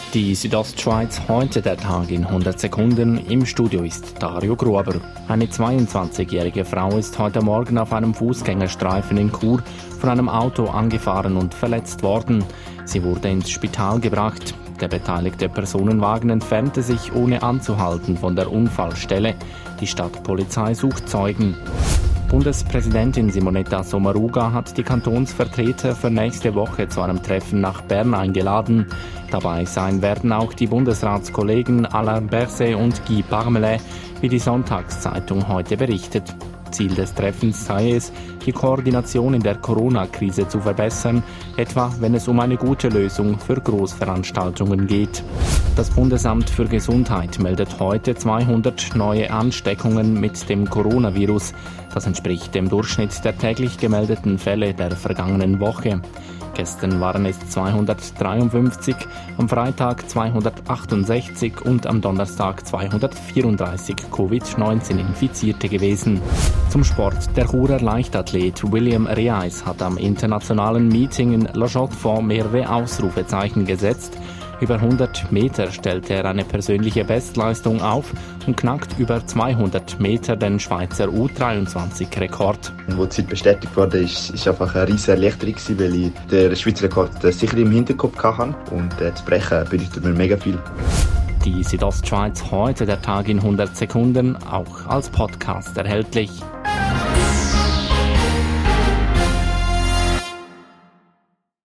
Die Südostschweiz, heute der Tag in 100 Sekunden. Im Studio ist Dario Gruber. Eine 22-jährige Frau ist heute Morgen auf einem Fußgängerstreifen in Chur von einem Auto angefahren und verletzt worden. Sie wurde ins Spital gebracht. Der beteiligte Personenwagen entfernte sich ohne anzuhalten von der Unfallstelle. Die Stadtpolizei sucht Zeugen. Bundespräsidentin Simonetta Sommaruga hat die Kantonsvertreter für nächste Woche zu einem Treffen nach Bern eingeladen. Dabei sein werden auch die Bundesratskollegen Alain Berset und Guy Parmelin, wie die Sonntagszeitung heute berichtet. Ziel des Treffens sei es, die Koordination in der Corona-Krise zu verbessern, etwa wenn es um eine gute Lösung für Großveranstaltungen geht. Das Bundesamt für Gesundheit meldet heute 200 neue Ansteckungen mit dem Coronavirus. Das entspricht dem Durchschnitt der täglich gemeldeten Fälle der vergangenen Woche. Gestern waren es 253, am Freitag 268 und am Donnerstag 234 Covid-19-Infizierte gewesen. Zum Sport. Der Churer Leichtathlet William Reis hat am internationalen Meeting in La Chaux-de-Fonds mehrere Ausrufezeichen gesetzt. Über 100 Meter stellte er eine persönliche Bestleistung auf und knackt über 200 Meter den Schweizer U23-Rekord. Wo die Zeit bestätigt wurde, ist einfach eine riesige Erleichterung, weil ich den Schweizer Rekord sicher im Hinterkopf hatte. Und zu brechen bedeutet mir mega viel. Die Südostschweiz, heute der Tag in 100 Sekunden, auch als Podcast erhältlich.